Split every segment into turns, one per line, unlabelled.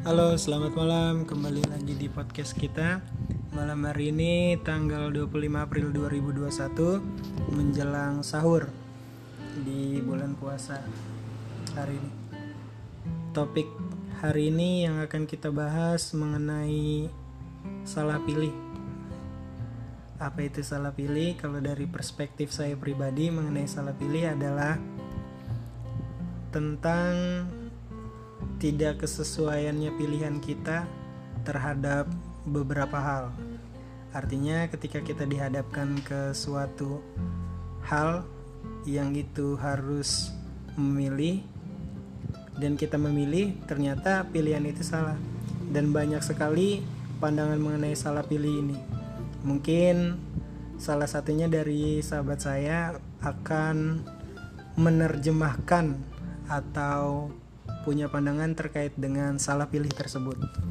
Halo, selamat malam. Kembali lagi di podcast kita. Malam hari ini tanggal 25 April 2021 menjelang sahur di bulan puasa hari ini. Topik hari ini yang akan kita bahas mengenai salah pilih. Apa itu salah pilih? Kalau dari perspektif saya pribadi mengenai salah pilih adalah tentang tidak kesesuaiannya pilihan kita terhadap beberapa hal. Artinya ketika kita dihadapkan ke suatu hal yang itu harus memilih dan kita memilih, ternyata pilihan itu salah. Dan banyak sekali pandangan mengenai salah pilih ini. Mungkin salah satunya dari sahabat saya akan menerjemahkan atau punya pandangan terkait dengan salah pilih tersebut.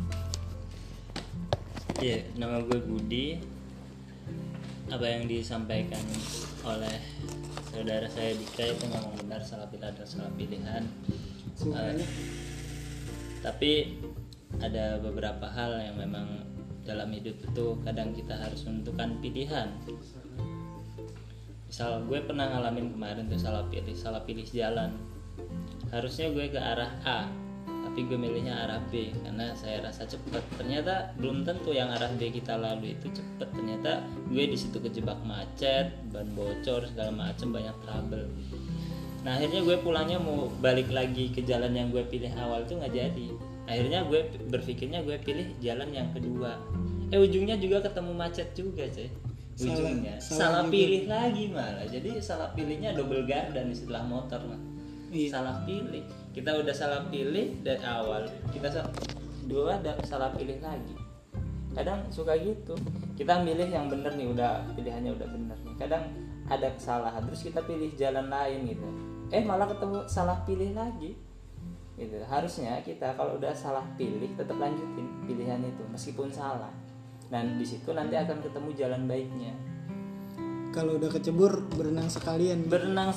Iya, nama gue Budi. Apa yang disampaikan oleh saudara saya Dika itu memang benar, salah pilih adalah salah pilihan. Tapi ada beberapa hal yang memang dalam hidup itu kadang kita harus menentukan pilihan. Misal gue pernah ngalamin kemarin tuh salah pilih jalan. Harusnya gue ke arah A, tapi gue milihnya arah B karena saya rasa cepet. Ternyata belum tentu yang arah B kita lalu itu cepet. Ternyata gue di situ kejebak macet, ban bocor, segala macem, banyak trouble. Nah akhirnya gue pulangnya mau balik lagi ke jalan yang gue pilih awal tuh nggak jadi. Akhirnya gue berpikirnya gue pilih jalan yang kedua. Ujungnya juga ketemu macet juga, cuy. Ujungnya salah pilih lagi malah. Jadi salah pilihnya double gardan setelah motor mah. Iya. Salah pilih. Kita udah salah pilih dari awal. Kita salah pilih lagi. Kadang suka gitu. Kita milih yang bener nih, udah pilihannya udah bener nih. Kadang ada kesalahan terus kita pilih jalan lain gitu. Malah ketemu salah pilih lagi. Gitu. Harusnya kita kalau udah salah pilih tetap lanjutin pilihan itu meskipun salah. Dan di situ nanti akan ketemu jalan baiknya.
Kalau udah kecebur, berenang sekalian.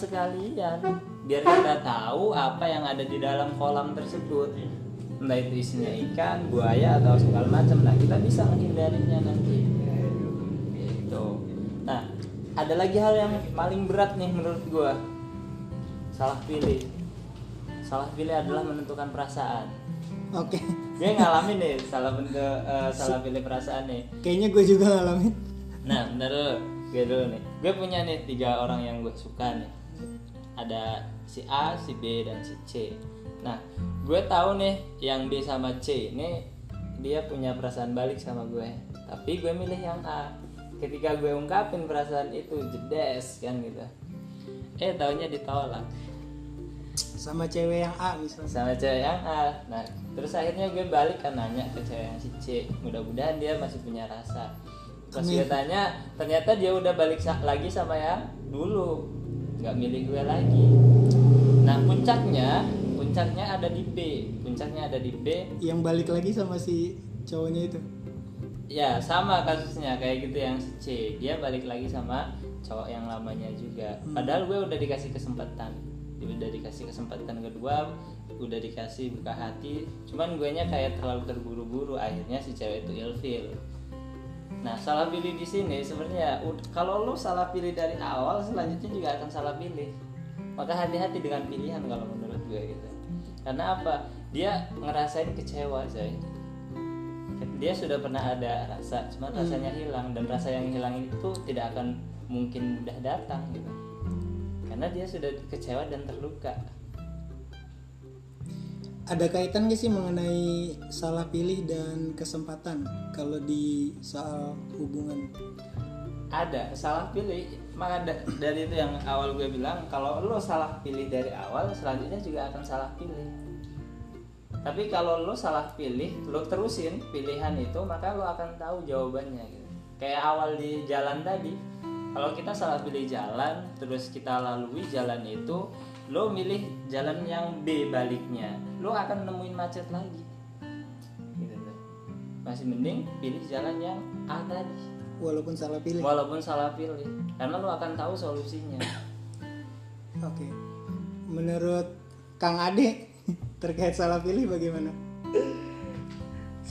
Biar kita tahu apa yang ada di dalam kolam tersebut. Entah itu isinya ikan, buaya atau segala macam. Nah, kita bisa menghindarinya nanti. Gitu. Nah, ada lagi hal yang paling berat nih menurut gua. Salah pilih. Salah pilih adalah menentukan perasaan.
Oke.
Gue ngalamin nih salah pilih perasaan nih.
Kayaknya gue juga ngalamin.
Nah, bentar dulu nih. Gue punya nih 3 orang yang gue suka nih. Ada si A, si B, dan si C. Nah, gue tahu nih yang B sama C ini dia punya perasaan balik sama gue. Tapi gue milih yang A. Ketika gue ungkapin perasaan itu, jedes kan gitu. Taunya ditolak.
Sama cewek yang A misalnya.
Sama cewek yang A. Nah, terus akhirnya gue balik kan nanya ke cewek yang si C. Mudah-mudahan dia masih punya rasa. Pas gue tanya, ternyata dia udah balik lagi sama yang dulu, nggak milih gue lagi. Nah puncaknya ada di B.
Yang balik lagi sama si cowoknya itu.
Ya sama kasusnya kayak gitu yang si C. Dia balik lagi sama cowok yang lamanya juga. Padahal gue udah dikasih kesempatan. Kedua, udah dikasih buka hati. Cuman gue nya kayak terlalu terburu-buru. Akhirnya si cewek itu ilfil. Nah, salah pilih di sini sebenarnya kalau lo salah pilih dari awal, selanjutnya juga akan salah pilih. Maka hati-hati dengan pilihan kalau menurut gue gitu. Karena apa? Dia ngerasain kecewa, coy. Dia sudah pernah ada rasa, cuma rasanya hilang, dan rasa yang hilang itu tidak akan mungkin mudah datang gitu. Karena dia sudah kecewa dan terluka.
Ada kaitan gak sih mengenai salah pilih dan kesempatan kalau di soal hubungan?
Ada, salah pilih. Maka dari itu yang awal gue bilang, kalau lo salah pilih dari awal, selanjutnya juga akan salah pilih. Tapi kalau lo salah pilih, lo terusin pilihan itu, maka lo akan tahu jawabannya gitu. Kayak awal di jalan tadi, kalau kita salah pilih jalan, terus kita lalui jalan itu, lo milih jalan yang B baliknya, lo akan nemuin macet lagi gitu tuh. Masih mending pilih jalan yang A tadi
walaupun salah pilih,
karena lo akan tahu solusinya.
Oke. Menurut Kang Ade terkait salah pilih bagaimana?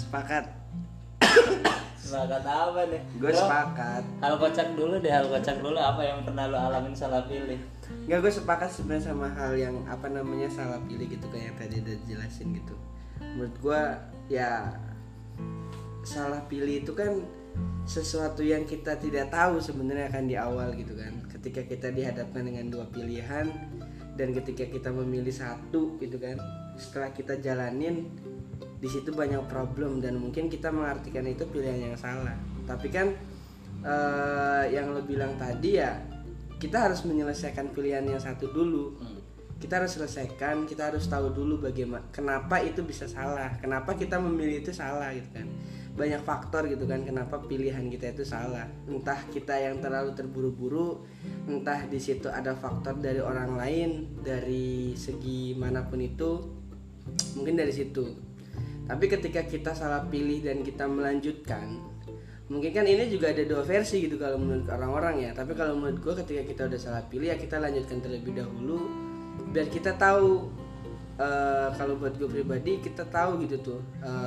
Sepakat.
Sepakat apa nih?
Gue
Bro,
sepakat.
hal kocak dulu apa yang pernah lo alamin salah pilih?
Nggak, gue sepakat sebenarnya sama hal yang apa namanya salah pilih gitu, kayak yang tadi udah jelasin gitu. Menurut gue ya salah pilih itu kan sesuatu yang kita tidak tahu sebenarnya kan di awal gitu kan. Ketika kita dihadapkan dengan dua pilihan dan ketika kita memilih satu gitu kan, setelah kita jalanin di situ banyak problem dan mungkin kita mengartikan itu pilihan yang salah. Tapi kan yang lo bilang tadi ya, kita harus menyelesaikan pilihan yang satu dulu. Kita harus selesaikan, kita harus tahu dulu bagaimana, kenapa itu bisa salah, kenapa kita memilih itu salah gitu kan. Banyak faktor gitu kan kenapa pilihan kita itu salah. Entah kita yang terlalu terburu-buru, entah di situ ada faktor dari orang lain, dari segi manapun itu, mungkin dari situ. Tapi ketika kita salah pilih dan kita melanjutkan, mungkin kan ini juga ada dua versi gitu kalau menurut orang-orang ya. Tapi kalau menurut gue ketika kita udah salah pilih ya kita lanjutkan terlebih dahulu, biar kita tahu. Kalau buat gue pribadi kita tahu gitu tuh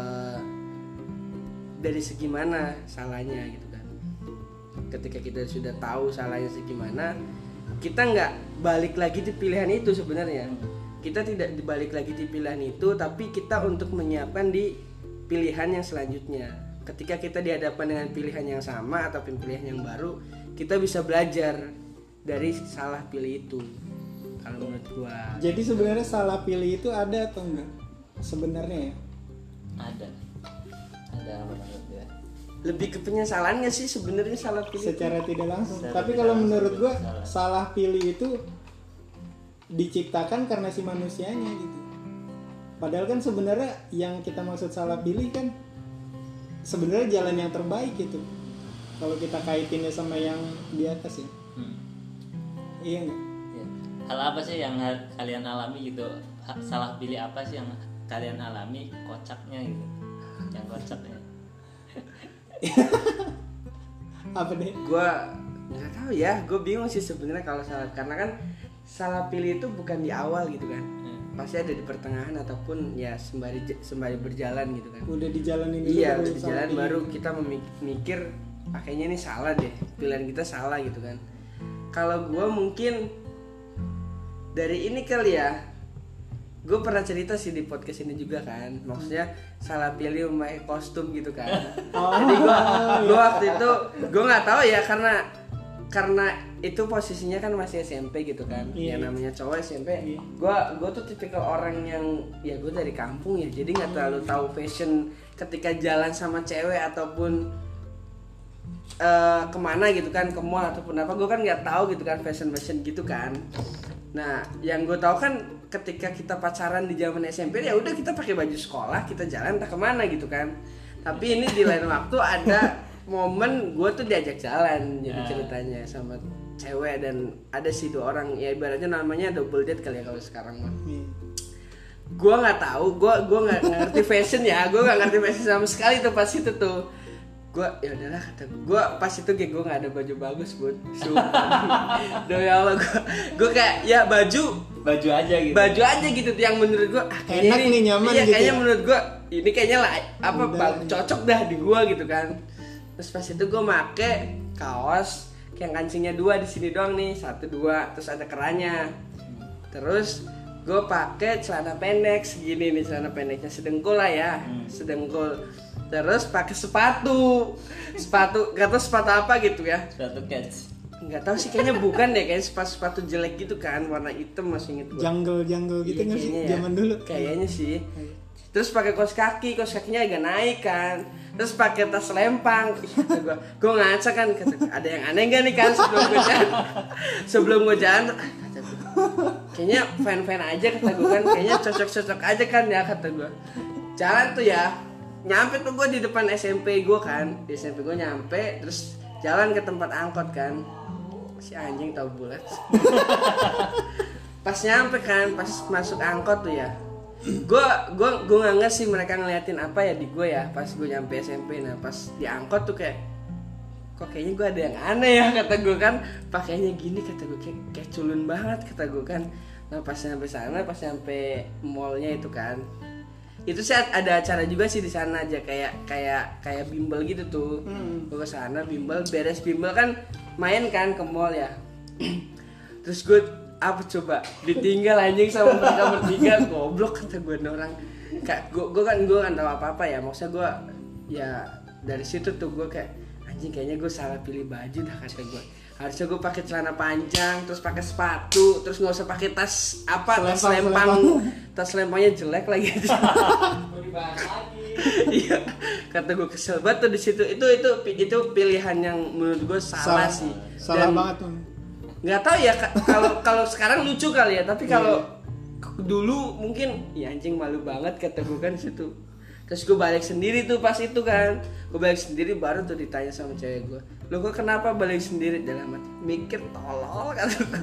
dari segi mana salahnya gitu kan. Ketika kita sudah tahu salahnya segimana, kita nggak balik lagi di pilihan itu sebenarnya. Kita tidak dibalik lagi di pilihan itu, tapi kita untuk menyiapkan di pilihan yang selanjutnya. Ketika kita dihadapkan dengan pilihan yang sama atau pilihan yang baru, kita bisa belajar dari salah pilih itu. Kalau menurut gua.
Jadi sebenarnya salah pilih itu ada atau enggak? Sebenarnya ya.
Ada menurut gue.
Lebih ke penyesalan nggak sih sebenarnya salah pilih?
Secara
itu?
tidak langsung.
Secara
Tapi
tidak
kalau
langsung
menurut gua
salah.
salah pilih itu diciptakan karena si manusianya gitu. Padahal kan sebenarnya yang kita maksud salah pilih kan sebenarnya jalan yang terbaik gitu. Kalau kita kaitinnya sama yang di atas ya. Iya nggak?
Ya. Hal apa sih yang kalian alami gitu? Salah pilih apa sih yang kalian alami kocaknya gitu? Yang kocaknya.
Apa deh?
Gua nggak tahu ya, gue bingung sih sebenarnya kalau salah, karena kan salah pilih itu bukan di awal gitu kan, pasti ada di pertengahan ataupun ya sembari berjalan gitu kan.
Udah dijalanin dulu.
Iya,
baru
udah di
salah
jalan
pilih.
baru kita mikir kayaknya ini salah deh, pilihan kita salah gitu kan. Kalau gue mungkin dari ini kali ya, gue pernah cerita sih di podcast ini juga kan, maksudnya salah pilih memakai kostum gitu kan. Jadi gue waktu itu gue nggak tahu ya, karena itu posisinya kan masih SMP gitu kan.
Iya.
Yang namanya cowok SMP.
Iya.
Gue tuh tipikal orang yang ya gue dari kampung ya, jadi nggak terlalu tahu fashion ketika jalan sama cewek ataupun kemana gitu kan, ke mall ataupun apa, gue kan nggak tahu gitu kan fashion gitu kan. Nah yang gue tahu kan ketika kita pacaran di zaman SMP ya udah kita pakai baju sekolah, kita jalan entah kemana gitu kan. Tapi ini di lain waktu ada momen gue tuh diajak jalan, jadi ceritanya sama cewek, dan ada sih 2 orang ya, ibaratnya namanya double date kali ya kalau sekarang mah. Gue nggak tahu, gue nggak ngerti fashion ya, gue nggak ngerti fashion sama sekali tuh pas itu tuh. Gue ya udahlah kata gue pas itu kayak gue nggak ada baju bagus buat demi Allah, gue kayak ya baju
aja gitu.
Baju aja gitu tuh yang menurut gue
enak nih, nyaman
iya,
gitu
kayaknya
ya.
menurut gue ini kayaknya lah cocok dah di gue gitu kan. Terus pas itu gue make kaos yang kancingnya 2 di sini doang nih, 1 2, terus ada kerannya. Terus gue pakai celana pendek segini nih, celana pendeknya sedengkul lah ya, sedengkul. Terus pakai sepatu nggak tahu sepatu apa gitu ya,
Sepatu cats.
nggak tahu sih, kayaknya bukan deh, kayaknya sepatu jelek gitu kan, warna hitam masih inget gue.
Jungle gitu
Iya,
nggak sih
kayaknya ya.
zaman dulu?
Kayaknya sih. Terus pakai kaos kakinya agak naik kan. Terus pakai tas lempang. Gue ngaca kan, kata gua, ada yang aneh gak nih kan sebelum gue jalan. Kata gue, kayaknya fan aja kata gue kan, kayaknya cocok aja kan ya kata gue. Jalan tuh ya, nyampe tuh gue di depan SMP gue kan, di SMP gue nyampe, terus jalan ke tempat angkot kan. Si anjing tau bulat. Pas nyampe kan, pas masuk angkot tuh ya, gue nggak ngerti mereka ngeliatin apa ya di gue ya pas gue nyampe SMP. Nah pas di angkot tuh kayak kok kayaknya gue ada yang aneh ya kata gue kan, pakainya gini kata gue, kayak culun banget kata gue kan. Nah pas nyampe sana, pas nyampe mallnya itu kan, itu sih ada acara juga sih di sana aja kayak bimbel gitu tuh. Gue ke sana bimbel, beres bimbel kan main kan ke mall ya. Terus gue apa coba ditinggal anjing sama mereka bertiga, goblok kata gue orang. Gue kan tahu apa ya, maksudnya gue ya dari situ tuh gue kayak anjing kayaknya gue salah pilih baju dah kata gue. Harusnya gue pakai celana panjang, terus pakai sepatu, terus nggak usah pakai tas tas lempangnya jelek lagi. Iya, kata gue kesel banget tuh di situ. Itu pilihan yang menurut gue salah sih.
Salah banget tuh.
Nggak tahu ya kalau sekarang lucu kali ya, tapi kalau dulu mungkin ya anjing malu banget kata gue kan situ. Terus gue balik sendiri tuh pas itu kan, gue balik sendiri baru tuh ditanya sama cewek gue, lo kok kenapa balik sendiri? Dalam hati mikir tolol kata gue.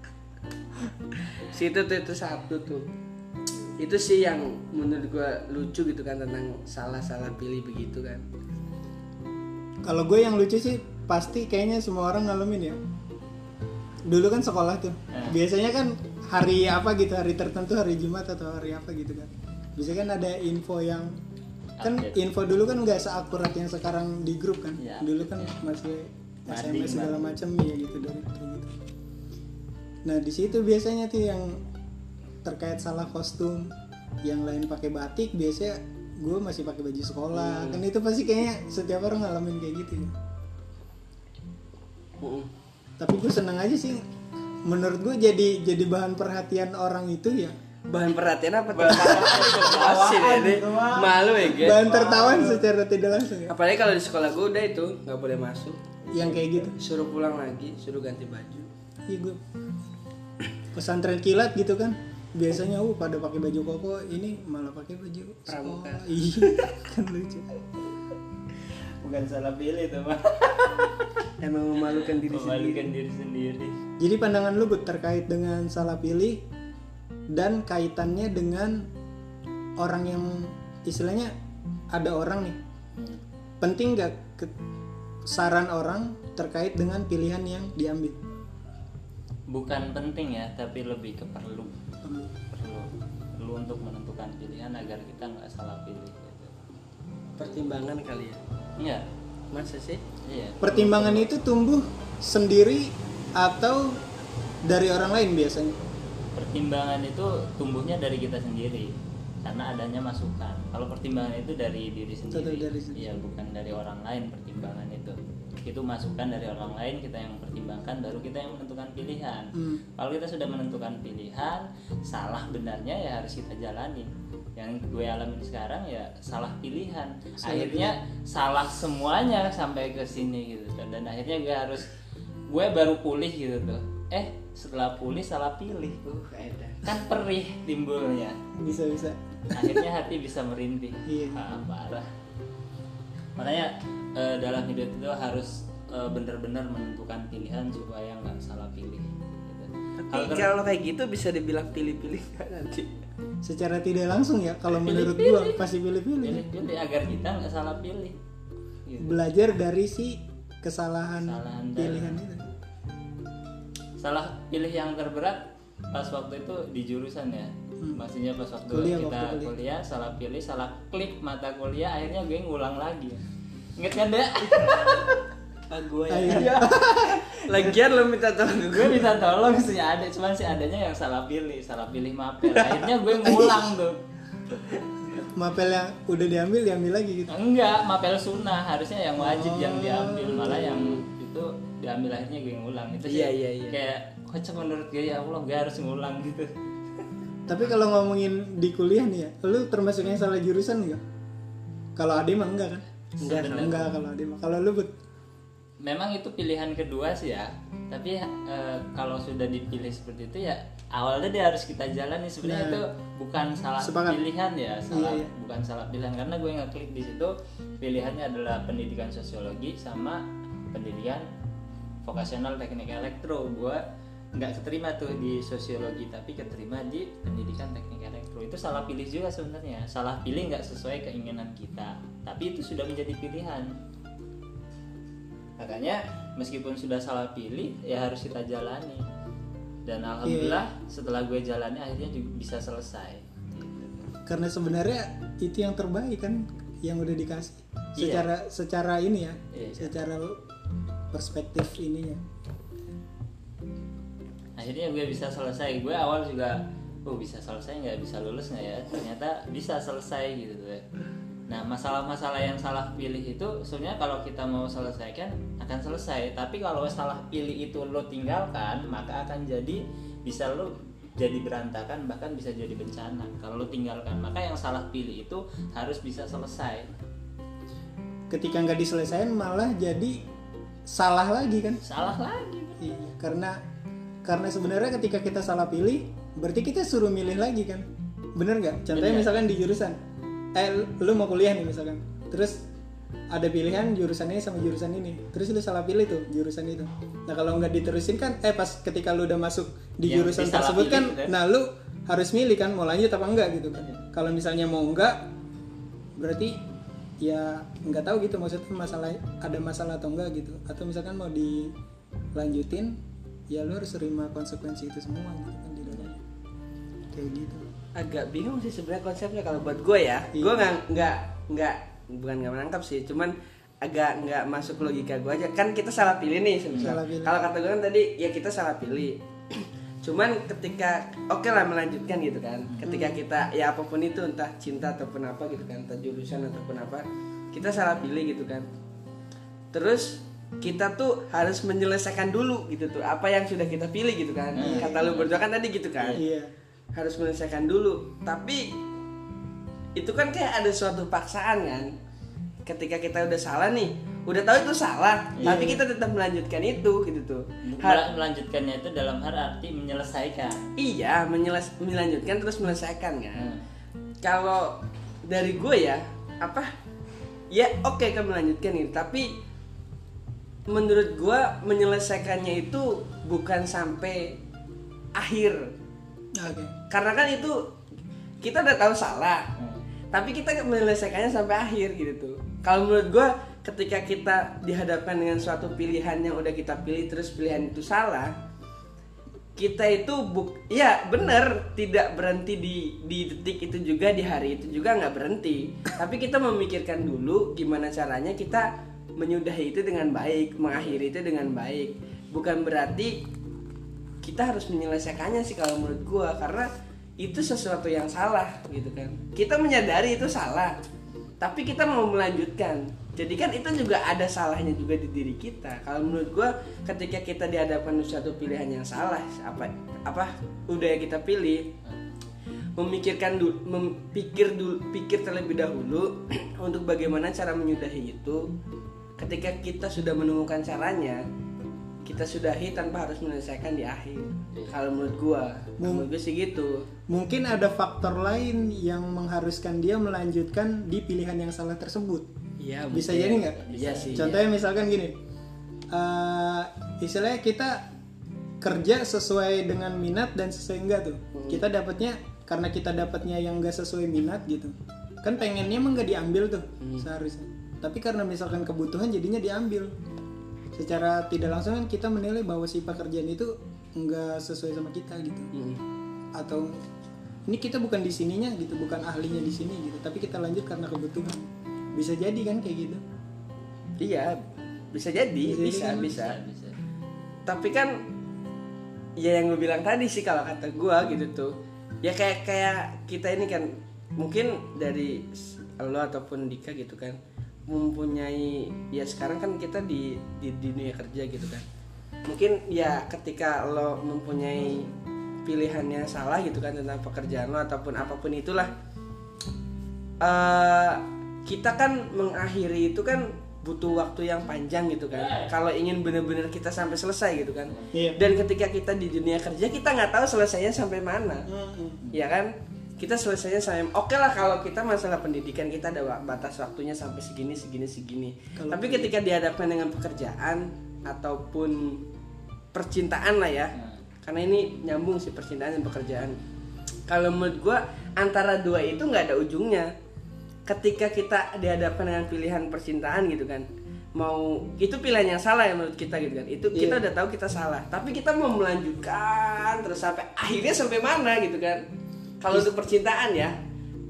Situ tuh itu satu tuh, itu sih yang menurut gue lucu gitu kan, tentang salah pilih begitu kan.
Kalau gue yang lucu sih pasti kayaknya semua orang ngalamin ya. Dulu kan sekolah tuh, biasanya kan hari apa gitu, hari tertentu, hari Jumat atau hari apa gitu kan. Biasanya kan ada info yang kan info dulu kan nggak seakurat yang sekarang di grup kan. Ya, dulu kan masih SMS segala macam ya gitu dari gitu. Nah di situ biasanya tuh yang terkait salah kostum, yang lain pakai batik, biasanya gue masih pakai baju sekolah. Kan itu pasti kayaknya setiap orang ngalamin kayak gitu ya. Tapi gue seneng aja sih, menurut gue jadi bahan perhatian orang itu ya.
Bahan perhatian apa tuh? Malu ya guys.
Bahan tertawan secara tidak langsung ya.
Apalagi kalau di sekolah gue udah itu nggak boleh masuk.
Yang kayak gitu.
Suruh pulang lagi, suruh ganti baju.
Iya gue. Pesantren kilat gitu kan. Biasanya pada pakai baju koko, ini malah pakai baju
pramuka.
Iya, kan lucu.
Bukan salah pilih tuh mah.
Emang memalukan diri
sendiri.
Jadi pandangan lu terkait dengan salah pilih dan kaitannya dengan orang yang istilahnya ada orang nih, penting gak saran orang terkait dengan pilihan yang diambil?
Bukan penting ya, tapi lebih ke perlu untuk menentukan pilihan agar kita nggak salah pilih gitu.
Pertimbangan kali ya?
Iya.
Masa sih?
Iya.
Pertimbangan itu tumbuh sendiri atau dari orang lain biasanya?
Pertimbangan itu tumbuhnya dari kita sendiri karena adanya masukan. Kalau pertimbangan itu dari diri sendiri. Iya, bukan dari orang lain. Pertimbangan itu masukan dari orang lain, kita yang pertimbangkan, baru kita yang menentukan pilihan. Kalau kita sudah menentukan pilihan, salah benarnya ya harus kita jalani. Yang gue alamin sekarang ya salah pilihan, akhirnya salah semuanya sampai ke sini gitu. Dan akhirnya gue baru pulih gitu tuh. Setelah pulih salah pilih, kan perih timbulnya.
Bisa.
Akhirnya hati bisa merintih.
Iya.
Parah. Makanya dalam hidup itu harus benar-benar menentukan pilihan supaya nggak salah pilih. Gitu.
Tapi kalau kayak gitu bisa dibilang pilih-pilih kan nanti?
Secara tidak langsung ya. Kalau menurut gua pasti pilih-pilih.
Pilih-pilih agar kita nggak salah pilih. Gitu.
Belajar dari si kesalahan pilihan itu.
Salah pilih yang terberat pas waktu itu di jurusan ya. Maksudnya pas waktu kuliah salah pilih, salah klik mata kuliah, akhirnya gue ngulang lagi. Ingat kan deh?
Gue ya. Lagian lo minta tolong
gue minta tolong sih ada, cuman sih adanya yang salah pilih mapel. Akhirnya gue ngulang tuh.
Mapel yang udah diambil lagi gitu.
Enggak, mapel sunnah harusnya yang wajib yang diambil, malah yang itu diambil, akhirnya gue ngulang. Itu sih kayak kocak menurut gue, ya Allah gue harus ngulang gitu.
Tapi kalau ngomongin di kuliah nih ya, lu termasuk yang salah jurusan enggak? Kalau Ade mah enggak kan? Enggak kalau Ade mah. Kalau lu
memang itu pilihan kedua sih ya. Tapi kalau sudah dipilih seperti itu ya awalnya dia harus kita jalani. Sebenarnya itu bukan salah pilihan ya, bukan salah pilihan, karena gue ngeklik di situ pilihannya adalah pendidikan sosiologi sama pendidikan vokasional teknik elektro. Gue nggak keterima tuh di sosiologi, tapi keterima di pendidikan teknik elektro. Itu salah pilih juga sebenarnya. Salah pilih nggak sesuai keinginan kita, tapi itu sudah menjadi pilihan. Makanya meskipun sudah salah pilih ya harus kita jalani. Dan alhamdulillah setelah gue jalani akhirnya juga bisa selesai gitu.
karena sebenarnya itu yang terbaik kan yang udah dikasih
Iya.
secara ini ya,
Iya.
secara perspektif ininya.
Akhirnya gue bisa selesai. Gue awal juga bisa selesai nggak, bisa lulus nggak ya, ternyata bisa selesai gitu tuh ya. Nah masalah-masalah yang salah pilih itu sebenarnya kalau kita mau selesaikan akan selesai, tapi kalau salah pilih itu lo tinggalkan maka akan jadi bisa lo jadi berantakan, bahkan bisa jadi bencana kalau lo tinggalkan. Maka yang salah pilih itu harus bisa selesai.
Ketika nggak diselesain malah jadi salah lagi kan.
Salah lagi.
Iya, karena sebenarnya ketika kita salah pilih berarti kita suruh milih lagi kan, bener nggak? Contohnya
Bener.
misalkan di jurusan lu mau kuliah nih misalkan, terus ada pilihan jurusan ini sama jurusan ini, terus lu salah pilih tuh jurusan itu. Nah kalau nggak diterusin kan pas ketika lu udah masuk di
Yang
jurusan
disalah
tersebut
pilih,
kan
kan?
nah lu harus milih kan mau lanjut apa enggak gitu kan. Kalau misalnya mau enggak berarti ya nggak tahu gitu, maksudnya ada masalah atau enggak gitu, atau misalkan mau dilanjutin ya lu harus terima konsekuensi itu semua gitu kan di dalamnya, kayak gitu.
Agak bingung sih sebenarnya konsepnya kalau buat gue ya.
Iya.
Gue nggak bukan nggak menangkap sih, cuman agak nggak masuk logika gue aja. Kan kita salah pilih nih sebenarnya.
Salah pilih.
Kalau kata gue kan tadi ya kita salah pilih. Cuman ketika oke lah melanjutkan gitu kan. Ketika kita ya apapun itu, entah cinta ataupun apa gitu kan, entah jurusan ataupun apa, kita salah pilih gitu kan. Terus kita tuh harus menyelesaikan dulu gitu tuh apa yang sudah kita pilih gitu kan. Kata lu berdua kan tadi gitu kan.
Iya.
Harus menyelesaikan dulu, tapi itu kan kayak ada suatu paksaan kan. Ketika kita udah salah nih, udah tahu itu salah, tapi kita tetap melanjutkan itu gitu tuh.
Melanjutkannya itu dalam arti menyelesaikan.
Iya, melanjutkan terus menyelesaikan kan. Kalau dari gue ya, ya oke kan melanjutkan itu, tapi menurut gue menyelesaikannya itu bukan sampai akhir.
Oke.
Karena kan itu kita udah tahu salah, tapi kita menyelesaikannya sampai akhir gitu tuh. Kalau menurut gue, ketika kita dihadapkan dengan suatu pilihan yang udah kita pilih terus pilihan itu salah, kita itu ya bener tidak berhenti di detik itu juga, di hari itu juga nggak berhenti. Tapi kita memikirkan dulu gimana caranya kita menyudahi itu dengan baik, mengakhiri itu dengan baik. Bukan berarti kita harus menyelesaikannya sih kalau menurut gua, karena itu sesuatu yang salah gitu kan. Kita menyadari itu salah, tapi kita mau melanjutkan. Jadi kan itu juga ada salahnya juga di diri kita. Kalau menurut gua, ketika kita dihadapkan suatu pilihan yang salah, udah yang kita pilih, pikir terlebih dahulu untuk bagaimana cara menyudahi itu. Ketika kita sudah menemukan caranya, kita sudahi tanpa harus menyelesaikan di akhir. Kalau menurut gue sih gitu.
Mungkin ada faktor lain yang mengharuskan dia melanjutkan di pilihan yang salah tersebut.
Iya,
Bisa
mungkin.
jadi nggak?
Iya sih.
Contohnya misalkan gini, istilahnya kita kerja sesuai dengan minat dan sesuai enggak tuh. Kita dapatnya karena kita dapatnya yang enggak sesuai minat gitu. Kan pengennya emang nggak diambil tuh seharusnya. Tapi karena misalkan kebutuhan jadinya diambil. Secara tidak langsung kan kita menilai bahwa si pekerjaan itu enggak sesuai sama kita gitu. Atau ini kita bukan di sininya gitu, bukan ahlinya di sini gitu, tapi kita lanjut karena kebutuhan. Bisa jadi kan kayak gitu.
Iya, bisa jadi, bisa. Tapi kan ya yang gue bilang tadi sih kalau kata gue gitu tuh. Ya kayak kita ini kan mungkin dari lo ataupun Dika gitu kan, mempunyai ya sekarang kan kita di dunia kerja gitu kan. Mungkin ya ketika lo mempunyai pilihannya salah gitu kan tentang pekerjaan lo ataupun apapun itulah, kita kan mengakhiri itu kan butuh waktu yang panjang gitu kan. Kalau ingin benar-benar kita sampai selesai gitu kan.
Iya.
Dan ketika kita di dunia kerja kita nggak tahu selesainya sampai mana, ya kan? Kita selesainya sampai oke lah kalau kita masalah pendidikan kita ada batas waktunya sampai segini. Tapi ketika dihadapkan dengan pekerjaan ataupun percintaan lah ya, karena ini nyambung sih percintaan dan pekerjaan. Kalau menurut gue antara dua itu nggak ada ujungnya. Ketika kita dihadapkan dengan pilihan percintaan gitu kan, mau itu pilihan yang salah ya menurut kita gitu kan, itu kita udah tahu kita salah, tapi kita mau melanjutkan terus sampai akhirnya sampai mana gitu kan. Kalau untuk percintaan ya,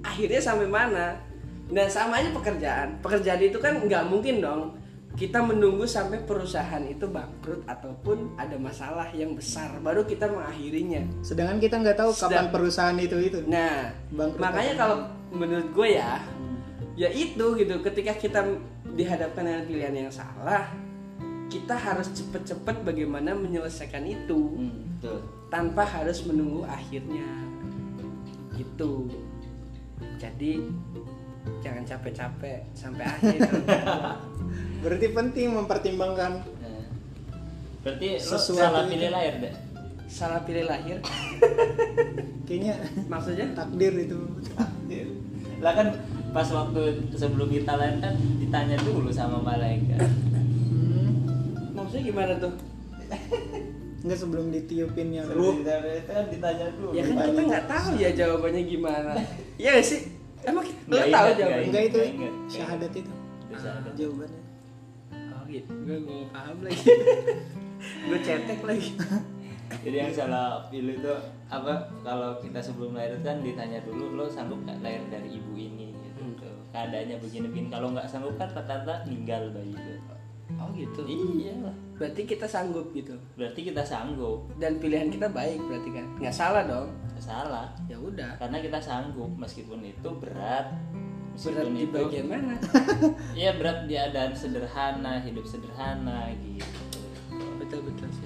akhirnya sampai mana. Nah sama aja pekerjaan itu kan nggak mungkin dong kita menunggu sampai perusahaan itu bangkrut ataupun ada masalah yang besar baru kita mengakhirinya.
Sedangkan kita nggak tahu kapan perusahaan itu.
Nah
bangkrut.
makanya kalau menurut gue ya itu gitu, ketika kita dihadapkan dengan pilihan yang salah, kita harus cepet-cepet bagaimana menyelesaikan itu
Betul.
tanpa harus menunggu akhirnya gitu. Jadi jangan capek-capek sampai akhir.
Berarti penting mempertimbangkan.
Nah, berarti lo
Sesuatu
salah
itu.
pilih lahir deh.
Salah pilih lahir
Kayaknya
maksudnya?
takdir itu.
Lah kan pas waktu sebelum kita lahir kan ditanya dulu sama malaikat.
Maksudnya gimana tuh?
Enggak, sebelum ditiupin yang
Sebelum kita lahir kan ditanya dulu.
Ya kan kita nggak tahu ya jawabannya gimana. Iya nggak sih? Emang lo
Nggak
tahu
ingat,
jawabannya?
enggak itu
Nggak ingat.
syahadat itu
Itu syahadat.
jawabannya.
Oh gitu, gue nggak paham lagi. Gue cetek lagi.
Jadi yang salah pilih itu apa? Kalau kita sebelum lahir kan ditanya dulu lo sanggup nggak lahir dari ibu ini gitu. Keadaannya begini-begini. Kalau nggak sanggup kan rata-rata meninggal bayi itu.
Oh gitu.
Iya lah.
Berarti kita sanggup gitu.
Berarti kita sanggup.
Dan pilihan kita baik berarti kan? Nggak salah dong.
Salah.
Ya udah.
Karena kita sanggup meskipun itu berat.
Berat di bagian mana?
Iya berat di keadaan sederhana, hidup sederhana gitu.
Betul sih.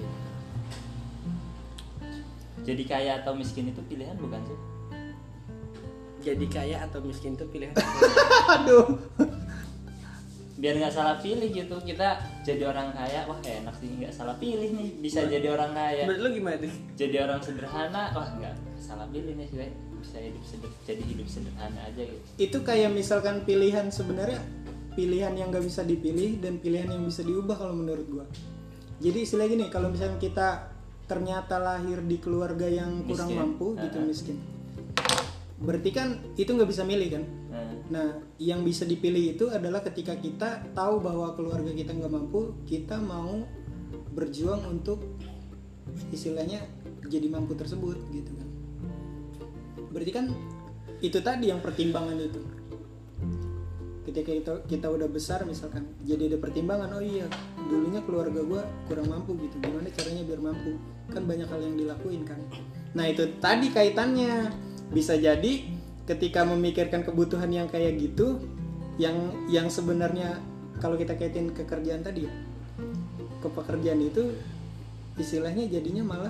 Jadi kaya atau miskin itu pilihan bukan sih?
Jadi kaya atau miskin itu pilihan.
Aduh.
Biar nggak salah pilih gitu, kita jadi orang kaya, wah enak sih, nggak salah pilih nih, bisa jadi orang kaya.
Menurut lu gimana tuh?
Jadi orang sederhana, wah nggak salah pilih nih sih, bisa jadi hidup sederhana aja gitu.
Itu kayak misalkan pilihan, sebenarnya pilihan yang gak bisa dipilih dan pilihan yang bisa diubah kalau menurut gua. Jadi istilah gini, kalau misalnya kita ternyata lahir di keluarga yang kurang
Miskin.
mampu gitu, miskin, berarti kan itu nggak bisa milih kan. Nah yang bisa dipilih itu adalah ketika kita tahu bahwa keluarga kita nggak mampu, kita mau berjuang untuk istilahnya jadi mampu tersebut gitu kan. Berarti kan itu tadi yang pertimbangan itu. Ketika kita udah besar misalkan, jadi ada pertimbangan, oh iya dulunya keluarga gue kurang mampu gitu, gimana caranya biar mampu, kan banyak hal yang dilakuin kan. Nah itu tadi kaitannya, bisa jadi ketika memikirkan kebutuhan yang kayak gitu, yang sebenarnya kalau kita kaitin ke kerjaan tadi ya, ke pekerjaan itu istilahnya jadinya malah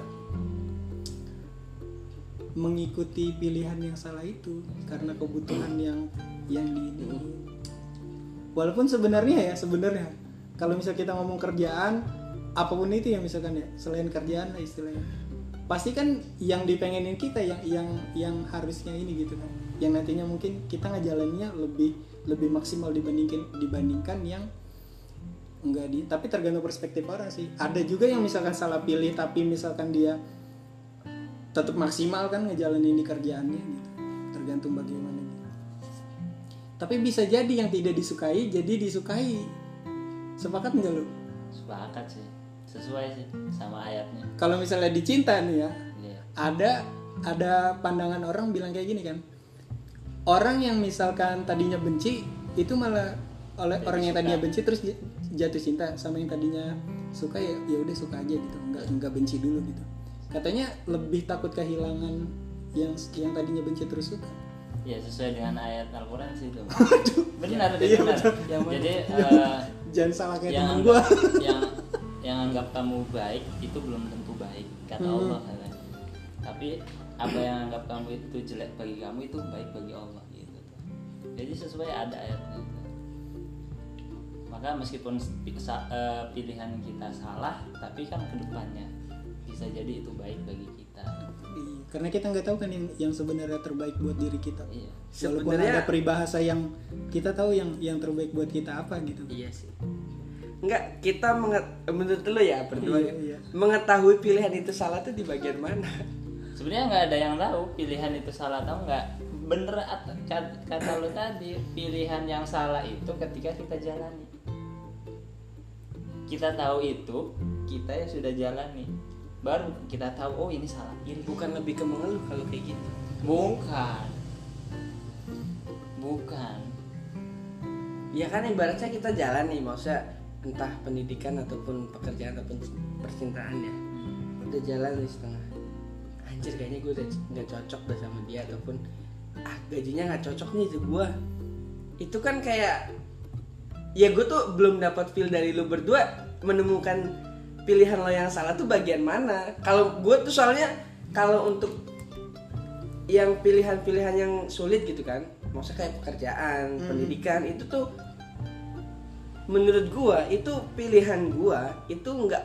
mengikuti pilihan yang salah itu karena kebutuhan yang di ini. Walaupun sebenarnya kalau misal kita ngomong kerjaan apapun itu ya misalkan ya, selain kerjaan lah istilahnya, pasti kan yang dipengenin kita yang harusnya ini gitu kan, yang nantinya mungkin kita ngejalaninnya lebih maksimal dibandingkan yang enggak tapi tergantung perspektif orang sih. Ada juga yang misalkan salah pilih tapi misalkan dia tetap maksimal kan ngejalanin di kerjaannya gitu, tergantung bagaimana gitu. Tapi bisa jadi yang tidak disukai jadi disukai. Sepakat nggak lu?
Sepakat sih, sesuai sih sama ayatnya.
Kalau misalnya dicinta nih ya,
Iya.
ada pandangan orang bilang kayak gini kan, orang yang misalkan tadinya benci itu malah oleh
Jadi
orang yang
suka.
tadinya benci terus jatuh cinta sama yang tadinya suka, ya udah suka aja gitu, nggak benci dulu gitu. Katanya lebih takut kehilangan yang tadinya benci terus suka.
Ya sesuai dengan ayat Al-Quran sih itu.
Iya,
Benar, benar.
betul.
Jadi
Jangan salah kayak
yang
temen gua.
yang anggap kamu baik itu belum tentu baik kata Allah katanya. Tapi apa yang anggap kamu itu jelek bagi kamu itu baik bagi Allah gitu. Jadi sesuai ada ayatnya itu. Maka meskipun pilihan kita salah, tapi kan kedepannya bisa jadi itu baik bagi kita.
Iya, karena kita nggak tahu kan yang sebenarnya terbaik buat diri kita.
Iya.
Walaupun
Sebenarnya-
ada peribahasa yang kita tahu yang terbaik buat kita apa gitu.
Iya sih. Enggak, kita menurut lu ya berdua
Iya.
mengetahui pilihan itu salah tuh di bagian mana?
Sebenarnya nggak ada yang tahu pilihan itu salah atau nggak. Bener kata lo tadi, pilihan yang salah itu ketika kita jalani. Kita tahu itu, kita yang sudah jalani, baru kita tahu oh ini salah pilih.
Bukan lebih ke mengeluh kalau kayak gitu.
Bukan. Bukan.
Ya kan ibaratnya kita jalan nih, maksudnya entah pendidikan ataupun pekerjaan ataupun percintaan ya. Udah jalan di setengah. Anjir kayaknya gue udah nggak cocok dah sama dia, ataupun gajinya nggak cocok nih ke gue. Itu kan kayak ya gue tuh belum dapat feel dari lu berdua menemukan pilihan lo yang salah tuh bagian mana. Kalau gue tuh soalnya kalau untuk yang pilihan-pilihan yang sulit gitu kan, maksudnya kayak pekerjaan, pendidikan, itu tuh menurut gue itu pilihan gue itu nggak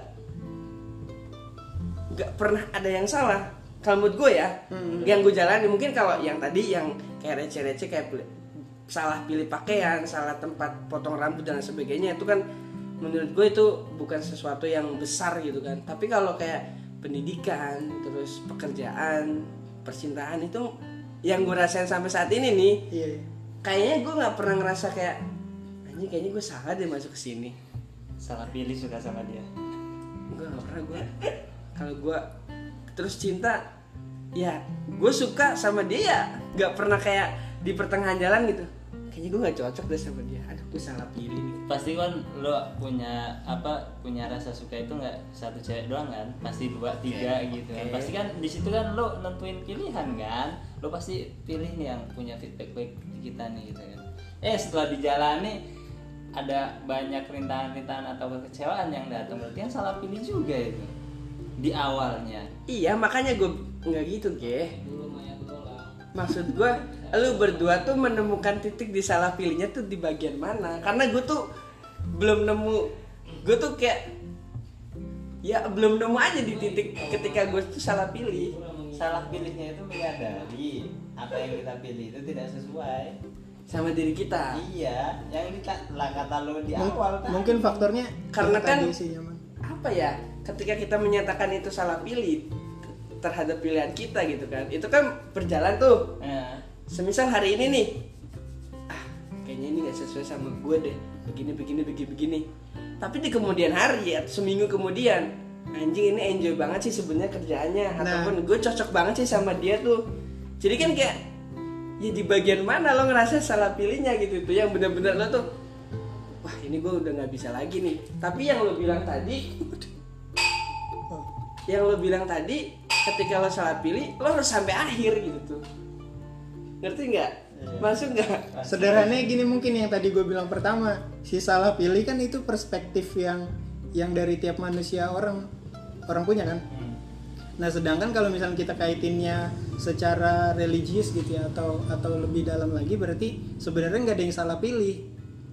pernah ada yang salah. Kalau menurut gue ya, yang gue jalani mungkin kalau yang tadi yang kayak receh-receh kayak salah pilih pakaian, salah tempat potong rambut dan sebagainya, itu kan menurut gue itu bukan sesuatu yang besar gitu kan. Tapi kalau kayak pendidikan, terus pekerjaan, percintaan, itu yang gue rasain sampai saat ini nih.
Iya.
Kayaknya gue nggak pernah ngerasa kayak anjing kayaknya gue salah deh masuk ke sini.
Salah pilih suka sama dia.
Gue nggak pernah. Gue kalau gue terus cinta ya gue suka sama dia ya nggak pernah kayak di pertengahan jalan gitu kayaknya gue nggak cocok deh sama dia, aduh gue salah pilih nih.
Pasti kan lo punya rasa suka itu nggak satu cewek doang kan, pasti 2, 3 gitu kan. Pasti kan di situ kan lo nentuin pilihan kan, lo pasti pilih nih yang punya feedback baik di kita nih gitu kan. Setelah dijalani ada banyak rintangan-rintangan atau kekecewaan yang datang, berarti kan salah pilih juga itu di awalnya.
Iya makanya gue nggak gitu maksud gue lu berdua tuh menemukan titik di salah pilihnya tuh di bagian mana, karena gue tuh belum nemu. Gue tuh kayak ya belum nemu aja di titik ketika gue tuh salah pilih.
Salah pilihnya itu menyadari apa yang kita pilih itu tidak sesuai
sama diri kita.
Iya, yang kata lo di awal kan.
Mungkin faktornya
Karena kan
sih,
apa ya, ketika kita menyatakan itu salah pilih terhadap pilihan kita gitu kan, itu kan berjalan tuh. Semisal hari ini nih, kayaknya ini nggak sesuai sama gue deh, begini. Tapi di kemudian hari atau seminggu kemudian, anjing ini enjoy banget sih sebenarnya kerjaannya, ataupun gue cocok banget sih sama dia tuh. Jadi kan kayak ya di bagian mana lo ngerasa salah pilihnya gitu, tuh yang benar-benar lo tuh, wah ini gue udah nggak bisa lagi nih. Tapi yang lo bilang tadi, ketika lo salah pilih, lo harus sampai akhir gitu tuh. Ngerti nggak? Masuk nggak?
Sederhananya gini, mungkin yang tadi gue bilang pertama, si salah pilih kan itu perspektif yang dari tiap manusia orang punya kan. Nah sedangkan kalau misalnya kita kaitinnya secara religius gitu ya, atau lebih dalam lagi, berarti sebenarnya nggak ada yang salah pilih.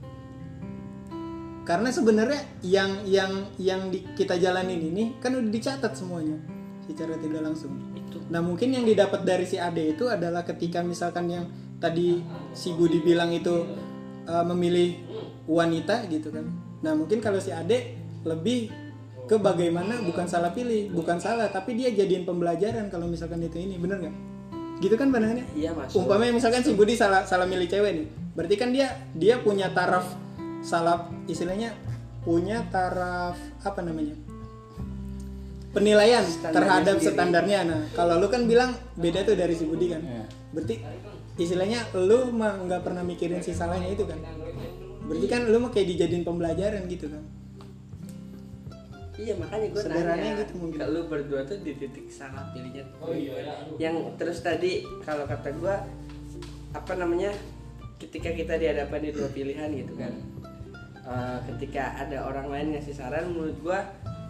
Karena sebenarnya yang kita jalanin ini kan udah dicatat semuanya secara tidak langsung. Nah mungkin yang didapat dari si Ade itu adalah ketika misalkan yang tadi si Budi bilang itu memilih wanita gitu kan. Nah mungkin kalau si Ade lebih ke bagaimana bukan salah pilih, bukan salah, tapi dia jadiin pembelajaran kalau misalkan itu ini, bener nggak? Gitu kan pandangannya?
Iya masuk.
Umpamanya misalkan si Budi salah milih cewek nih, berarti kan dia punya taraf salah, istilahnya punya taraf apa namanya, penilaian terhadap sendiri. Standarnya. Nah kalau lu kan bilang beda tuh dari si Budi kan, berarti istilahnya lu mah nggak pernah mikirin si salahnya itu kan, berarti kan lu mah kayak dijadiin pembelajaran gitu kan.
Iya makanya gue nanya gitu, mungkin lu berdua tuh di titik salah pilihnya. Yang terus tadi kalau kata gue apa namanya, ketika kita dihadapkan di dua pilihan gitu kan, ketika ada orang lain ngasih saran, menurut gue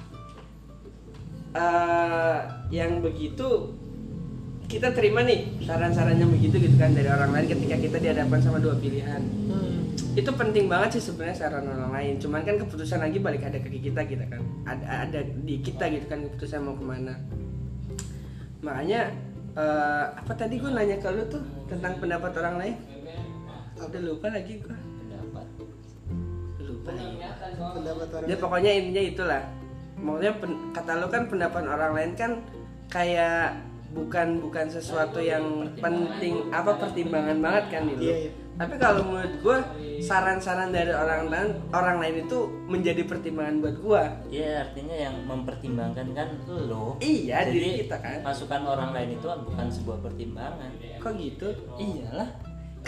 yang begitu kita terima nih saran-sarannya begitu gitu kan dari orang lain ketika kita dihadapkan sama dua pilihan. Itu penting banget sih sebenarnya saran orang lain, cuman kan keputusan lagi balik ada ke kita kan, ada di kita gitu kan keputusan mau kemana. Makanya apa tadi gue nanya ke lu tuh tentang pendapat orang lain, udah lupa lagi gue. Lupa lagi. Dia pokoknya intinya itulah, maksudnya kata lu kan pendapat orang lain kan kayak bukan sesuatu yang penting apa pertimbangan banget kan itu. Iya. Tapi kalau menurut gue saran-saran dari orang lain itu menjadi pertimbangan buat gue.
Iya, artinya yang mempertimbangkan kan lo.
Iya,
jadi
diri kita kan.
Masukan orang lain itu bukan sebuah pertimbangan.
Kok gitu?
Iyalah.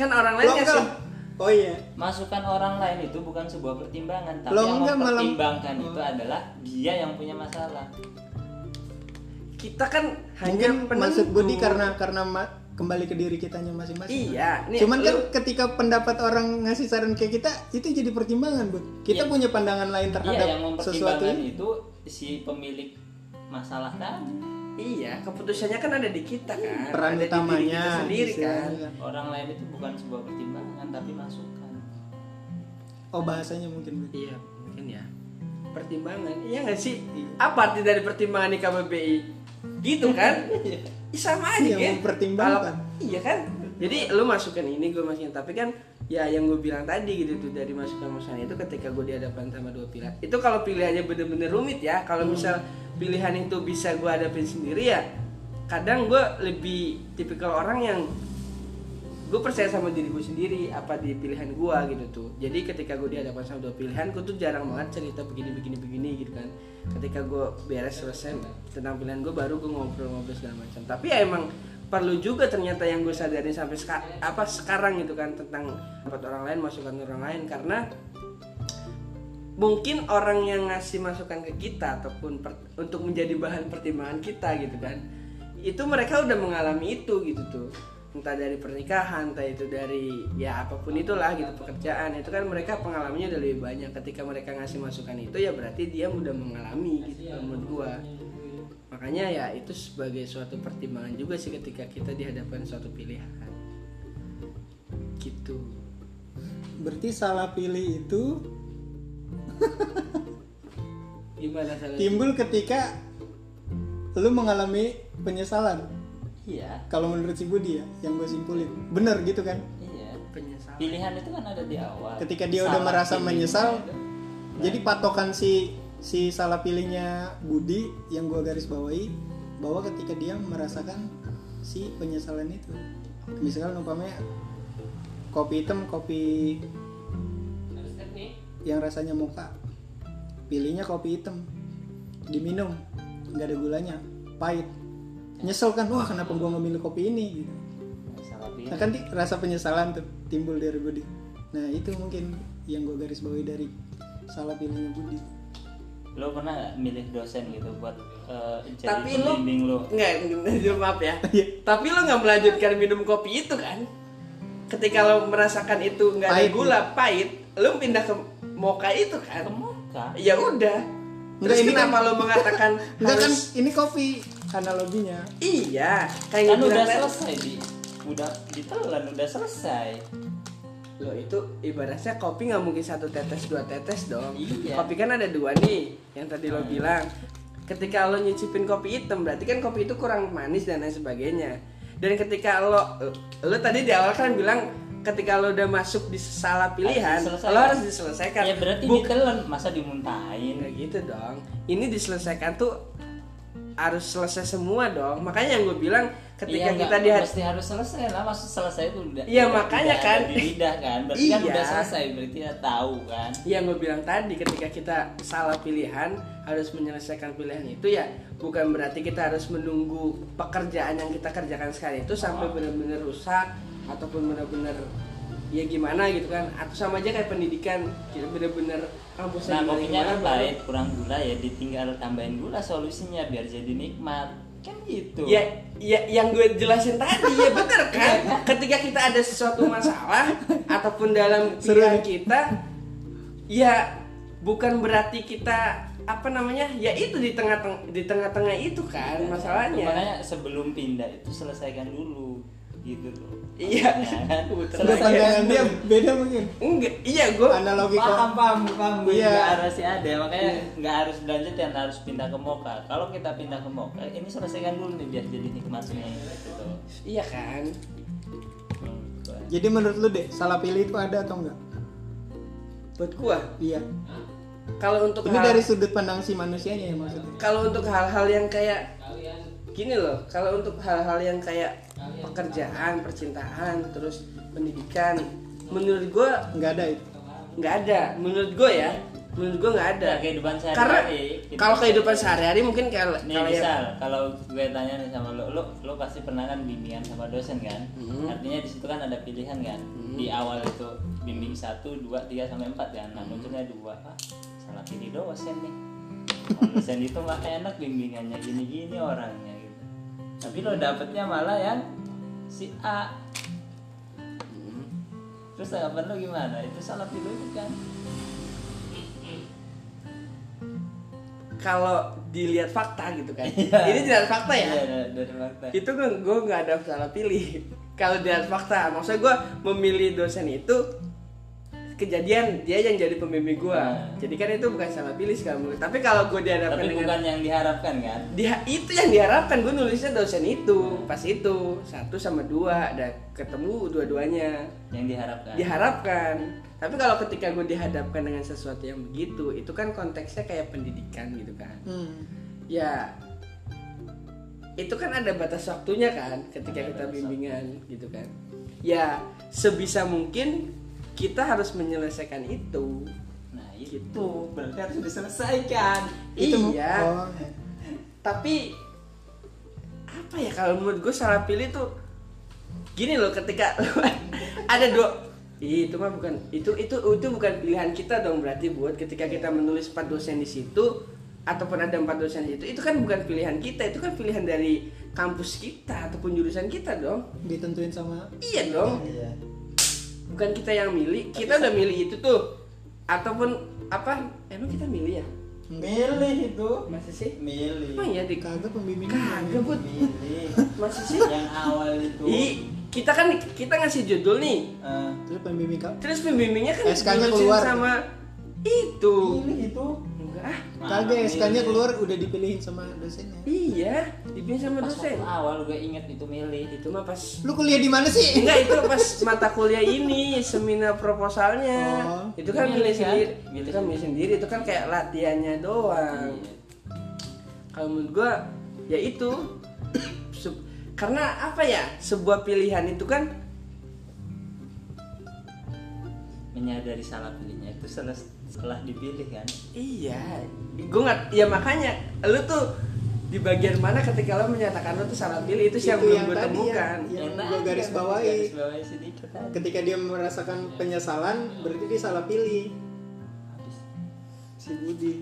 Kan orang lain
Lo enggak
ngasih.
lah. Oh iya.
Masukan orang lain itu bukan sebuah pertimbangan, tapi
Lo
yang
enggak malah-
mempertimbangkan itu adalah dia yang punya masalah.
Kita kan hanya
Mungkin
penentu.
maksud Budi karena kembali ke diri kitanya masing-masing.
Iya, nih,
Cuman kan
lu-
ketika pendapat orang ngasih saran kayak kita itu jadi pertimbangan, Bud. Kita
Iya.
punya pandangan lain
Iya,
terhadap
yang
sesuatu
mempertimbangkan
ini.
itu si pemilik masalah tadi.
Iya, keputusannya kan ada di kita kan.
Peran
ada di diri
utamanya
kita sendiri kan.
istilahnya.
Orang lain itu bukan sebuah pertimbangan tapi masukan.
Oh, bahasanya mungkin, Bud.
Iya, mungkin ya. Pertimbangan. Iya nggak sih? Apa arti dari pertimbangan di KBBI? Gitu kan? Ih, sama aja
Iya,
kan?
mempertimbangkan.
Iya kan? Jadi lu masukin ini, gue masukin. Tapi kan ya yang gue bilang tadi gitu tuh, dari masukan-masukan itu ketika gue dihadapkan sama dua pilihan. Itu kalau pilihannya bener-bener rumit ya. Kalau misal pilihan itu bisa gue hadapin sendiri ya, kadang gue lebih tipikal orang yang gue percaya sama diri gue sendiri apa di pilihan gue gitu tuh. Jadi ketika gue dihadapkan sama dua pilihan, gue tuh jarang banget cerita begini gitu kan. Ketika gue beres selesai tentang pilihan gue, baru gue ngobrol segala macam. Tapi ya emang perlu juga ternyata yang gue sadarin sampai sekarang gitu kan, tentang pendapat orang lain, masukan orang lain. Karena mungkin orang yang ngasih masukan ke kita ataupun untuk menjadi bahan pertimbangan kita gitu kan, itu mereka udah mengalami itu gitu tuh. Entah dari pernikahan, entah itu dari ya apapun itulah gitu, pekerjaan, itu kan mereka pengalamannya udah lebih banyak. Ketika mereka ngasih masukan itu ya berarti dia udah mengalami gitu menurut gua. Makanya ya itu sebagai suatu pertimbangan juga sih ketika kita dihadapkan suatu pilihan gitu.
Berarti salah pilih itu
Gimana salah?
timbul ketika lu mengalami penyesalan.
Iya.
Kalau menurut si Budi ya, yang gue simpulin. Bener gitu kan?
Iya.
Penyesalan.
Pilihan itu kan ada di awal.
Ketika dia udah
Salah
merasa
pilihnya
menyesal,
itu.
jadi patokan si salah pilihnya Budi yang gue garis bawahi bahwa ketika dia merasakan si penyesalan itu. Misalkan umpamanya kopi hitam, kopi yang rasanya mocha, pilihnya kopi hitam, diminum nggak ada gulanya, pahit, nyesel kan, wah kenapa gua nggak milih kopi ini gitu.
Salah pilih.
Nah kan rasa penyesalan tuh timbul dari Budi. Nah itu mungkin yang gue garis bawahi dari salah pilihnya Budi.
Lo pernah gak milih dosen gitu buat jadi
Tapi lu
pembimbing lo?
nggak, maaf ya.
Iya.
Tapi lo nggak melanjutkan minum kopi itu kan? Ketika lo merasakan itu nggak ada
Pahit,
gula, pahit, lo pindah ke mocha itu kan?
Mocha?
Ya udah.
Enggak,
Terus
ini
kenapa
kan-
lo mengatakan
Enggak kan
harus?
ini kopi analoginya.
Iya, kayak
Kan
yang
udah
bilang tadi.
selesai udah ditelan, udah selesai.
Lo itu ibaratnya kopi nggak mungkin 1 tetes 2 tetes dong.
Iya.
Kopi kan ada 2 nih, yang tadi lo bilang. Ketika lo nyicipin kopi hitam, berarti kan kopi itu kurang manis dan lain sebagainya. Dan ketika lo tadi di awal kan bilang ketika lo udah masuk di salah pilihan,
Harus diselesaikan.
lo harus diselesaikan.
Ya berarti ditelan, masa dimuntahin?
Nggak gitu dong. Ini diselesaikan tuh harus selesai semua dong. Makanya yang gue bilang ketika
Iya,
kita
nggak mesti harus selesai lah, maksud selesai itu udah.
Iya, makanya
udah
kan.
ada di lidah kan, berarti kan
Iya.
udah selesai, berarti ya tahu kan.
yang gue bilang tadi, ketika kita salah pilihan harus menyelesaikan pilihan itu ya bukan berarti kita harus menunggu pekerjaan yang kita kerjakan sekarang itu sampai benar-benar rusak ataupun benar-benar ya gimana gitu kan, atau sama aja kayak pendidikan kita benar-benar kampusnya
Nah, kopinya kan
baru-
pahit, kurang gula ya ditinggal tambahin gula solusinya biar jadi nikmat. Kan gitu.
ya yang gue jelasin tadi ya bener kan. Ketika kita ada sesuatu masalah ataupun dalam pilihan kita, ya bukan berarti kita apa namanya ya itu di tengah-tengah itu kan masalahnya.
Makanya sebelum pindah itu selesaikan dulu gitu loh.
Iya.
Ya kan?
Udah
Selesaikan
pandangan
dulu.
dia beda mungkin.
Enggak, iya gue
Analogi kok.
Paham gue
Iya.
nggak harus sih ada, makanya nggak harus dilanjutin, harus pindah ke mocha. Kalau kita pindah ke mocha, ini selesaikan dulu nih biar jadi nikmatnya gitu.
iya kan.
Jadi menurut lu deh, salah pilih itu ada atau enggak?
Buat gua
Iya.
kalau untuk
Ini dari sudut pandang si manusianya ya maksudnya.
kalau untuk hal-hal yang kayak gini loh, kalau untuk hal-hal yang kayak pekerjaan, percintaan, terus pendidikan, menurut gue
Enggak ada itu.
nggak ada. Menurut gue ya, menurut gue nggak ada.
Ya, kehidupan
Karena
sehari-hari.
kalau kehidupan sehari-hari mungkin kalau
Nih
kalau yang
misal kalau gue tanya nih sama lo pasti pernah kan bimbingan sama dosen kan? Artinya di situ kan ada pilihan kan? Di awal itu bimbing 1, 2, 3 sampai 4 kan? Nah munculnya 2, salah pilih dosen nih. Oh, dosen itu mah enak bimbingannya gini-gini orangnya gitu. Tapi lo dapetnya malah yang si A. Terus tanggapan lo gimana? Itu salah pilih bukan?
kalau dilihat fakta gitu kan.
Iya.
Ini dilihat fakta ya.
Iya, dari fakta.
Itu gue nggak ada salah pilih. Kalau dilihat fakta, maksudnya gue memilih dosen itu kejadian dia yang jadi pembimbing gue. Jadi kan itu bukan salah pilih sekali. Tapi kalau gue dihadapkan
Tapi
dengan
bukan yang diharapkan kan?
itu yang diharapkan, gue nulisnya dosen itu pas itu 1 sama 2 ada ketemu dua-duanya
Yang diharapkan.
diharapkan. Tapi kalau ketika gue dihadapkan dengan sesuatu yang begitu, itu kan konteksnya kayak pendidikan gitu kan. Ya itu kan ada batas waktunya kan ketika kita bimbingan gitu kan. Ya sebisa mungkin kita harus menyelesaikan itu.
Nah itu berarti harus diselesaikan.
Iya.
Oh, ya.
Tapi apa ya, kalau menurut gue salah pilih tuh gini loh, ketika ada dua itu mah bukan itu bukan pilihan kita dong, berarti buat ketika kita menulis 4 dosen di situ ataupun ada 4 dosen di situ, itu kan bukan pilihan kita, itu kan pilihan dari kampus kita ataupun jurusan kita dong.
Ditentuin sama.
Iya dong.
Iya.
Bukan kita yang milih, kita udah milih itu tuh. Ataupun apa? Emang kita milih ya?
Milih itu.
Masih sih?
Milih.
Emang ya di
Kagak pembimbingan.
kagak Bud.
Milih.
Masih sih?
Yang awal itu.
Kita kan kita ngasih judul nih.
Terus pembimbing
Terus pembimbingnya kan
SK-nya
diurusin
keluar.
sama itu.
Milih itu.
Enggak ah.
kagak SK-nya
Milih.
keluar udah dipilihin sama dosennya.
Iya, dipilih sama
Pas
dosen.
waktu awal gue inget itu milih.
Itu mah pas
Lu kuliah di mana sih?
enggak, itu pas mata kuliah ini seminar proposalnya.
Oh.
Itu kan
Milih
milih
kan?
sendiri.
Milih
Itu kan milih sendiri, itu kan kayak latihannya doang.
Iya.
Kalau menurut gua ya itu karena apa ya, sebuah pilihan itu kan
Menyadari salah pilihnya itu setelah dipilih kan.
iya, gua nggak, ya makanya lu tuh di bagian mana ketika lo menyatakan lo tuh salah pilih, itu sih yang
Itu
belum
yang
gue
tadi
temukan.
yang
tadi
gua garis
kan,
bawahi.
garis bawahi sedikit tadi.
Ketika dia merasakan penyesalan, berarti dia salah pilih.
Habis.
Si Budi.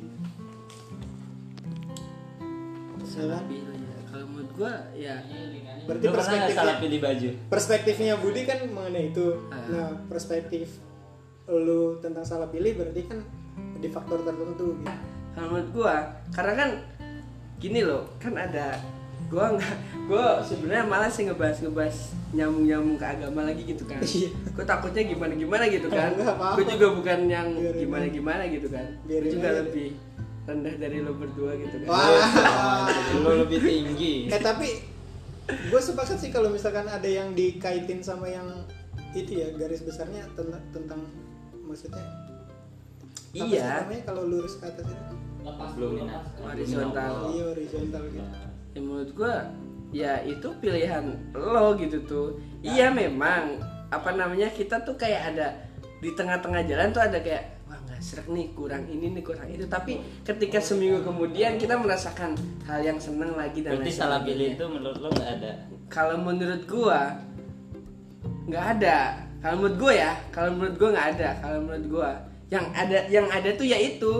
Salah pilih ya. Kalau menurut gua ya
Berarti
Lu pernah nggak salah
perspektifnya
pilih baju?
perspektifnya Budi kan mengenai itu.
Ah.
Nah, perspektif lu tentang salah pilih berarti kan di faktor tertentu gitu.
kalau menurut gua, karena kan gini loh, kan ada gua sebenarnya malas sih ngebahas nyambung ke agama lagi gitu kan.
Iya.
Gua takutnya gimana gitu kan.
Nggak apa-apa.
Gua juga bukan yang
Biarin
gimana gitu kan. Gua
Biarin
juga
aja.
lebih rendah dari lo berdua gitu kan.
Wah.
Lu lebih tinggi.
Tapi gue sepakat sih kalau misalkan ada yang dikaitin sama yang itu ya, garis besarnya tentang maksudnya apa sih
Iya.
namanya kalau lurus ke atas itu?
Horizontal.
Iya, horizontal gitu.
Ya, menurut gua ya itu pilihan lo gitu tuh. Iya memang apa namanya, kita tuh kayak ada di tengah-tengah jalan tuh ada kayak wah nggak serak nih, kurang ini nih, kurang itu. Tapi ketika seminggu kemudian kita merasakan hal yang seneng lagi dan
Berarti
lain
salah
sebagainya.
pilih itu menurut lo nggak ada.
Kalau menurut gua nggak ada. Kalau menurut gua ya, kalau menurut gua nggak ada. Kalau menurut gua yang ada tuh yaitu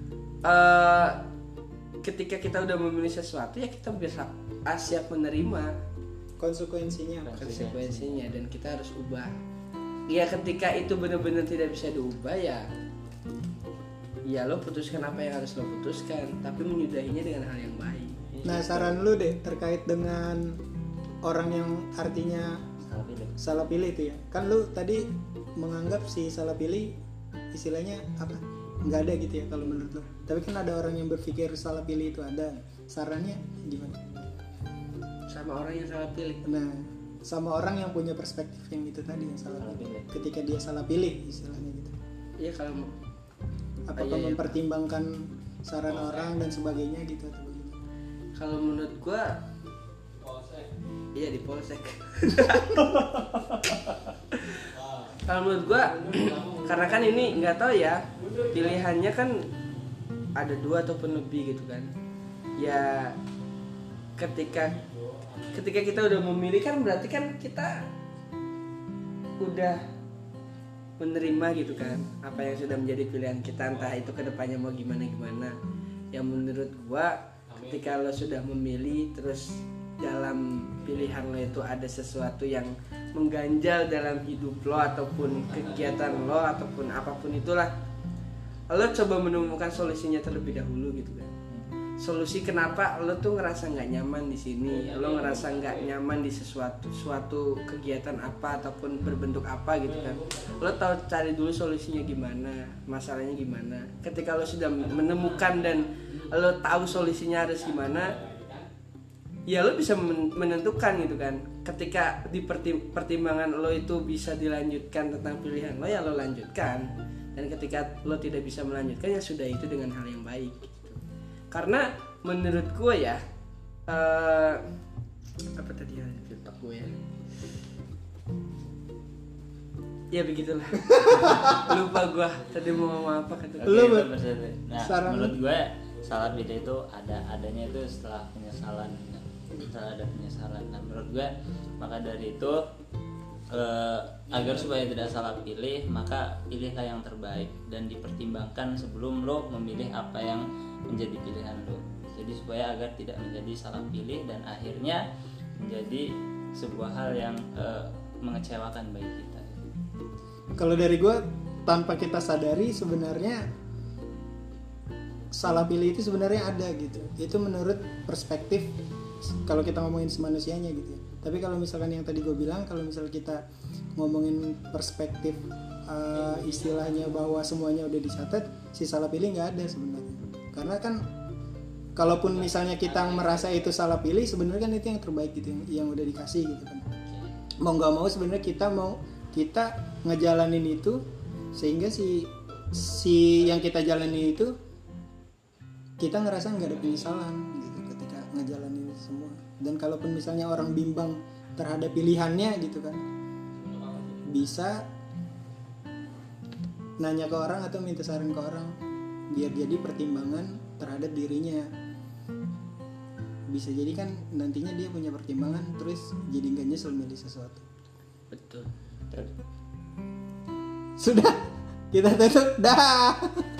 ketika kita udah memilih sesuatu ya kita bisa siap menerima
Konsekuensinya apa?
konsekuensinya dan kita harus ubah. Ya ketika itu benar-benar tidak bisa diubah ya lo putuskan apa yang harus lo putuskan, tapi menyudahinya dengan hal yang baik.
Nah, saran lu deh terkait dengan orang yang artinya
Salah pilih.
salah pilih itu ya. Kan lu tadi menganggap si salah pilih istilahnya apa? Nggak ada gitu ya kalau menurut lu. Tapi kan ada orang yang berpikir salah pilih itu ada. Sarannya gimana?
Sama orang yang salah pilih.
Nah, sama orang yang punya perspektif yang itu tadi yang salah pilih. Ketika dia salah pilih istilahnya gitu.
Iya kalau
Apakah
iya.
mempertimbangkan saran orang dan sebagainya gitu atau bagaimana?
kalau menurut gua iya di polsek. Kalau menurut gua karena kan ini nggak tahu ya, pilihannya kan ada 2 ataupun lebih gitu kan. Ya ketika kita udah memilih kan berarti kan kita udah menerima gitu kan apa yang sudah menjadi pilihan kita, entah itu kedepannya mau gimana. Yang menurut gua ketika lo sudah memilih terus dalam pilihan lo itu ada sesuatu yang mengganjal dalam hidup lo ataupun kegiatan lo ataupun apapun itulah, lo coba menemukan solusinya terlebih dahulu gitu kan. Solusi kenapa lo tuh ngerasa nggak nyaman di sini, lo ngerasa nggak nyaman di suatu kegiatan apa ataupun berbentuk apa gitu kan. Lo tahu cari dulu solusinya gimana, masalahnya gimana. Ketika lo sudah menemukan dan lo tahu solusinya harus gimana, ya lo bisa menentukan gitu kan. Ketika di pertimbangan lo itu bisa dilanjutkan tentang pilihan lo, ya lo lanjutkan. Dan ketika lo tidak bisa melanjutkan, ya sudah, itu dengan hal yang baik gitu. Karena menurut gue ya apa tadi yang TikTok gue ya begitulah. Lupa gue tadi mau ngomong apa kata
Oke,
Lu,
nah, menurut gue salah pilih itu adanya itu setelah penyesalan. Setelah ada penyesalan. Nah, menurut gue maka dari itu agar supaya tidak salah pilih, maka pilihlah yang terbaik dan dipertimbangkan sebelum lo memilih apa yang menjadi pilihan lo. Jadi supaya agar tidak menjadi salah pilih dan akhirnya menjadi sebuah hal yang mengecewakan bagi kita.
Kalau dari gue, tanpa kita sadari sebenarnya salah pilih itu sebenarnya ada gitu. Itu menurut perspektif kalau kita ngomongin semanusianya gitu ya. Tapi kalau misalkan yang tadi gue bilang, kalau misalnya kita ngomongin perspektif istilahnya bahwa semuanya udah dicatat, si salah pilih nggak ada sebenarnya. Karena kan kalaupun misalnya kita merasa itu salah pilih, sebenarnya kan itu yang terbaik gitu, yang udah dikasih gitu kan. Mau nggak mau sebenarnya kita ngejalanin itu sehingga si yang kita jalani itu kita ngerasa nggak ada penyesalan gitu ketika ngejalanin itu semua. Dan kalaupun misalnya orang bimbang terhadap pilihannya gitu kan, bisa nanya ke orang atau minta saran ke orang biar jadi pertimbangan terhadap dirinya. Bisa jadi kan nantinya dia punya pertimbangan terus jadi nggak nyesel milih sesuatu.
Betul.
Sudah, kita tutup dah.